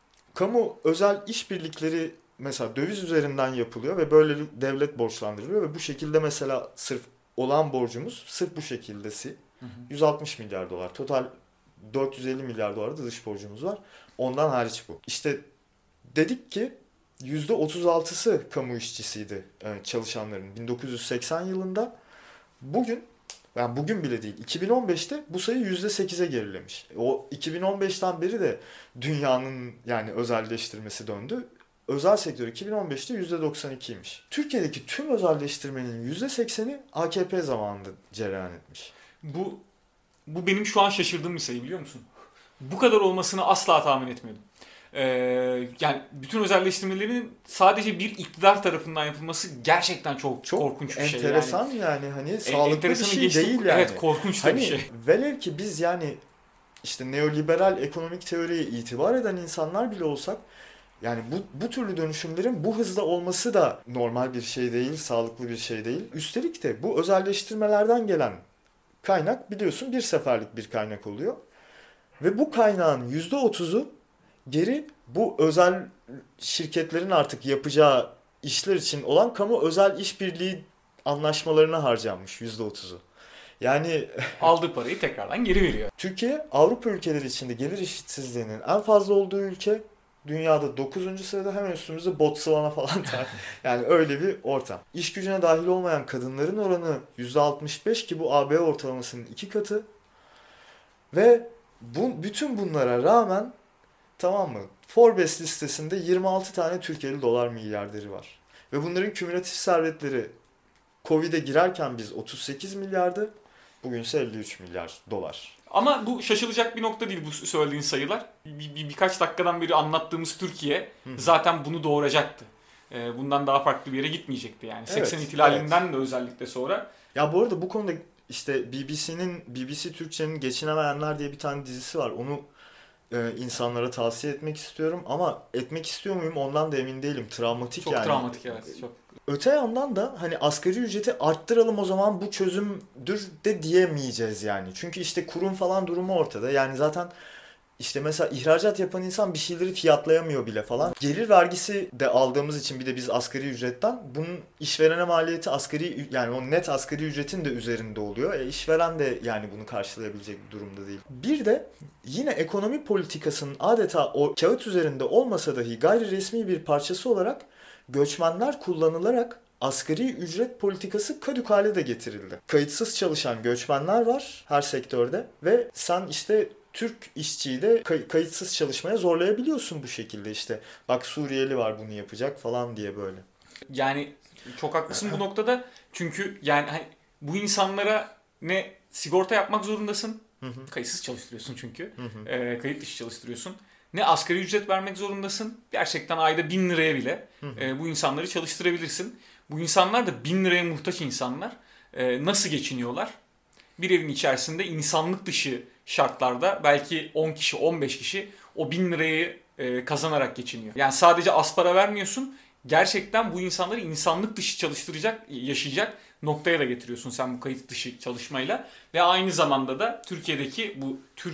kamu özel işbirlikleri mesela döviz üzerinden yapılıyor ve böyle devlet borçlandırılıyor ve bu şekilde mesela sırf olan borcumuz sırf bu şekildesi hı hı. yüz altmış milyar dolar. Total dört yüz elli milyar dolar da dış borcumuz var. Ondan hariç bu. İşte dedik ki yüzde otuz altısı kamu işçisiydi çalışanların bin dokuz yüz seksen yılında. Bugün, yani bugün bile değil, iki bin on beşte bu sayı yüzde sekize gerilemiş. O iki bin on beşten beri de dünyanın yani özelleştirmesi döndü. Özel sektör iki bin on beşte yüzde doksan ikiymiş. Türkiye'deki tüm özelleştirmenin yüzde sekseni A K P zamanında cereyan etmiş. Bu bu benim şu an şaşırdığım bir sayı, biliyor musun? Bu kadar olmasını asla tahmin etmiyordum. Ee, yani bütün özelleştirmelerin sadece bir iktidar tarafından yapılması gerçekten çok, çok korkunç bir şey. Enteresan yani, yani hani e, sağlıklı bir şey geçtik, değil yani. Evet, korkunç da hani, bir şey. Velev ki biz yani işte neoliberal ekonomik teoriye itibar eden insanlar bile olsak yani bu, bu türlü dönüşümlerin bu hızda olması da normal bir şey değil, sağlıklı bir şey değil. Üstelik de bu özelleştirmelerden gelen kaynak biliyorsun bir seferlik bir kaynak oluyor. Ve bu kaynağın yüzde otuzu geri bu özel şirketlerin artık yapacağı işler için olan kamu özel işbirliği anlaşmalarına harcanmış yüzde otuzu. Yani aldığı parayı tekrardan geri veriyor. Türkiye Avrupa ülkeleri içinde gelir eşitsizliğinin en fazla olduğu ülke. Dünyada dokuzuncu sırada, hemen üstümüzde Botswana falan var. Yani öyle bir ortam. İş gücüne dahil olmayan kadınların oranı yüzde altmış beş ki bu A B ortalamasının iki katı. Ve bu, bütün bunlara rağmen Tamam mı? Forbes listesinde yirmi altı tane Türkiye'li dolar milyarderi var. Ve bunların kümülatif servetleri Covid'e girerken biz otuz sekiz milyardı. Bugünse elli üç milyar dolar. Ama bu şaşılacak bir nokta değil bu söylediğin sayılar. Bir, bir, birkaç dakikadan beri anlattığımız Türkiye Hı-hı. zaten bunu doğuracaktı. Ee, bundan daha farklı bir yere gitmeyecekti yani. Evet, seksen ihtilalinden evet. de özellikle sonra. Ya bu arada bu konuda işte B B C'nin, B B C Türkçe'nin Geçinemeyenler diye bir tane dizisi var. Onu e, insanlara tavsiye etmek istiyorum ama etmek istiyor muyum ondan da emin değilim. Travmatik çok yani. Çok travmatik evet. Çok. Öte yandan da hani asgari ücreti arttıralım o zaman bu çözümdür de diyemeyeceğiz yani. Çünkü işte kurum falan durumu ortada. Yani zaten işte mesela ihracat yapan insan bir şeyleri fiyatlayamıyor bile falan. Gelir vergisi de aldığımız için bir de biz asgari ücretten bunun işverene maliyeti asgari yani o net asgari ücretin de üzerinde oluyor. E işveren de yani bunu karşılayabilecek bir durumda değil. Bir de yine ekonomi politikasının adeta o kağıt üzerinde olmasa dahi gayri resmi bir parçası olarak göçmenler kullanılarak asgari ücret politikası kadük hale de getirildi. Kayıtsız çalışan göçmenler var her sektörde ve sen işte Türk işçiyi de kay- kayıtsız çalışmaya zorlayabiliyorsun bu şekilde işte. Bak Suriyeli var bunu yapacak falan diye böyle. Yani çok haklısın bu noktada. Çünkü yani hani bu insanlara ne sigorta yapmak zorundasın. Hı hı. Kayıtsız çalıştırıyorsun çünkü. Hı hı. E, kayıt dışı çalıştırıyorsun. Ne asgari ücret vermek zorundasın. Gerçekten ayda bin liraya bile hı hı. E, bu insanları çalıştırabilirsin. Bu insanlar da bin liraya muhtaç insanlar. E, nasıl geçiniyorlar? Bir evin içerisinde insanlık dışı şartlarda belki on kişi on beş kişi o bin lirayı e, kazanarak geçiniyor. Yani sadece az para vermiyorsun. Gerçekten bu insanları insanlık dışı çalıştıracak, yaşayacak noktaya da getiriyorsun sen bu kayıt dışı çalışmayla. Ve aynı zamanda da Türkiye'deki bu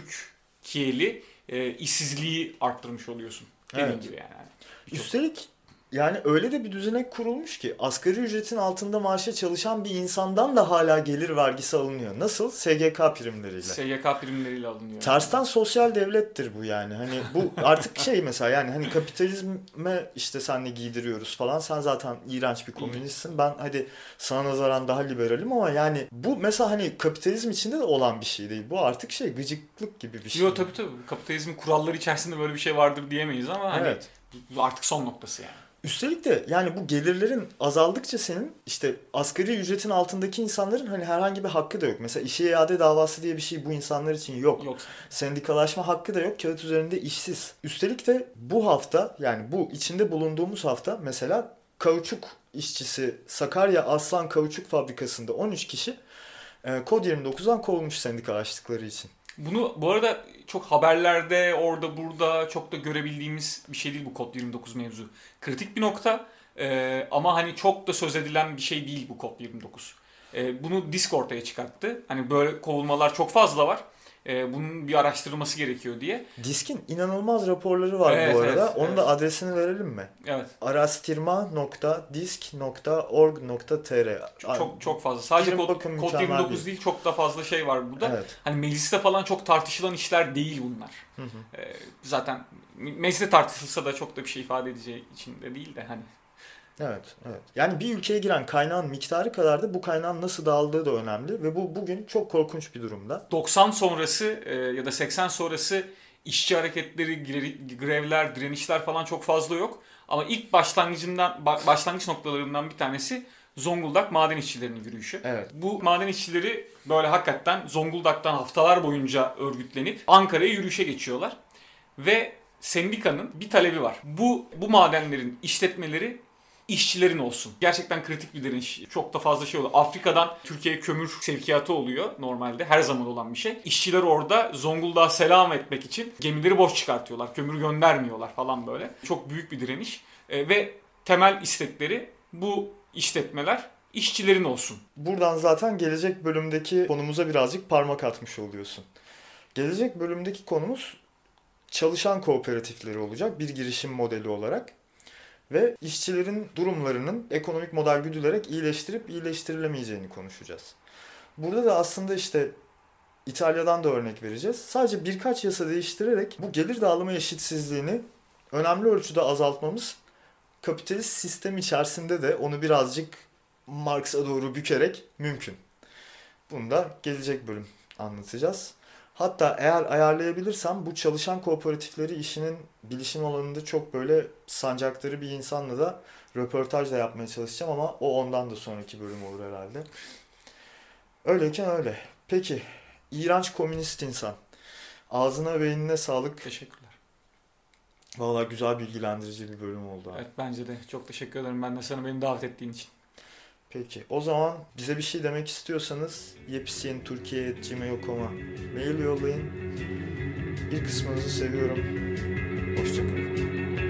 Türkiye'li e, işsizliği arttırmış oluyorsun. Dediğin evet. gibi yani. Çok... Üstelik yani öyle de bir düzenek kurulmuş ki asgari ücretin altında maaşa çalışan bir insandan da hala gelir vergisi alınıyor. Nasıl? S G K primleriyle. S G K primleriyle alınıyor. Tersten yani. Sosyal devlettir bu yani. Hani bu artık şey mesela yani hani kapitalizme işte senle giydiriyoruz falan. Sen zaten iğrenç bir komünistsin. Ben hadi sana nazaran daha liberalim ama yani bu mesela hani kapitalizm içinde de olan bir şey değil. Bu artık şey gıcıklık gibi bir şey. Yok tabii tabii. Kapitalizmin kuralları içerisinde böyle bir şey vardır diyemeyiz ama hani evet. artık son noktası yani. Üstelik de yani bu gelirlerin azaldıkça senin işte asgari ücretin altındaki insanların hani herhangi bir hakkı da yok. Mesela işe iade davası diye bir şey bu insanlar için yok. Yok. Sendikalaşma hakkı da yok. Kağıt üzerinde işsiz. Üstelik de bu hafta yani bu içinde bulunduğumuz hafta mesela kauçuk işçisi Sakarya Aslan Kauçuk Fabrikası'nda on üç kişi Kod yirmi dokuzdan kovulmuş sendikalaştıkları için. Bunu bu arada çok haberlerde orada burada çok da görebildiğimiz bir şey değil bu Kod yirmi dokuz mevzu. Kritik bir nokta ee, ama hani çok da söz edilen bir şey değil bu Kod yirmi dokuz. Ee, bunu Disk ortaya çıkarttı. Hani böyle kovulmalar çok fazla var. Ee, bunun bir araştırılması gerekiyor diye. Disk'in inanılmaz raporları var evet, bu arada. Evet, Onun evet. da adresini verelim mi? Evet. arastirma nokta disk nokta org nokta tr Çok çok, çok fazla. Sadece Kod, Kod yirmi dokuz değil. değil çok da fazla şey var burada. Evet. Hani mecliste falan çok tartışılan işler değil bunlar. Hı hı. Ee, zaten mecliste tartışılsa da çok da bir şey ifade edeceği için de değil de hani. Evet, evet. Yani bir ülkeye giren kaynağın miktarı kadar da bu kaynağın nasıl dağıldığı da önemli ve bu bugün çok korkunç bir durumda. doksan sonrası e, ya da seksen sonrası işçi hareketleri, grevler, direnişler falan çok fazla yok. Ama ilk başlangıcından başlangıç noktalarından bir tanesi Zonguldak maden işçilerinin yürüyüşü. Evet. Bu maden işçileri böyle hakikaten Zonguldak'tan haftalar boyunca örgütlenip Ankara'ya yürüyüşe geçiyorlar. Ve sendikanın bir talebi var. Bu bu madenlerin işletmeleri işçilerin olsun. Gerçekten kritik bir direniş. Çok da fazla şey oluyor. Afrika'dan Türkiye'ye kömür sevkiyatı oluyor normalde. Her zaman olan bir şey. İşçiler orada Zonguldak'a selam etmek için gemileri boş çıkartıyorlar. Kömür göndermiyorlar falan böyle. Çok büyük bir direniş. E, ve temel istekleri bu işletmeler işçilerin olsun. Buradan zaten gelecek bölümdeki konumuza birazcık parmak atmış oluyorsun. Gelecek bölümdeki konumuz çalışan kooperatifleri olacak bir girişim modeli olarak. Ve işçilerin durumlarının ekonomik model güdülerek iyileştirip iyileştirilemeyeceğini konuşacağız. Burada da aslında işte İtalya'dan da örnek vereceğiz. Sadece birkaç yasa değiştirerek bu gelir dağılımı eşitsizliğini önemli ölçüde azaltmamız kapitalist sistem içerisinde de onu birazcık Marx'a doğru bükerek mümkün. Bunu da gelecek bölüm anlatacağız. Hatta eğer ayarlayabilirsem bu çalışan kooperatifleri işinin bilişim alanında çok böyle sancakları bir insanla da röportaj da yapmaya çalışacağım ama o ondan da sonraki bölüm olur herhalde. Öyleyken öyle. Peki, iğrenç komünist insan. Ağzına ve eline sağlık. Teşekkürler. Vallahi güzel bilgilendirici bir bölüm oldu abi. Evet, bence de. Çok teşekkür ederim ben de sana, beni davet ettiğin için. Peki, o zaman bize bir şey demek istiyorsanız yepyeni at gmail nokta com'a mail yollayın. Bir kısmınızı seviyorum. Hoşçakalın.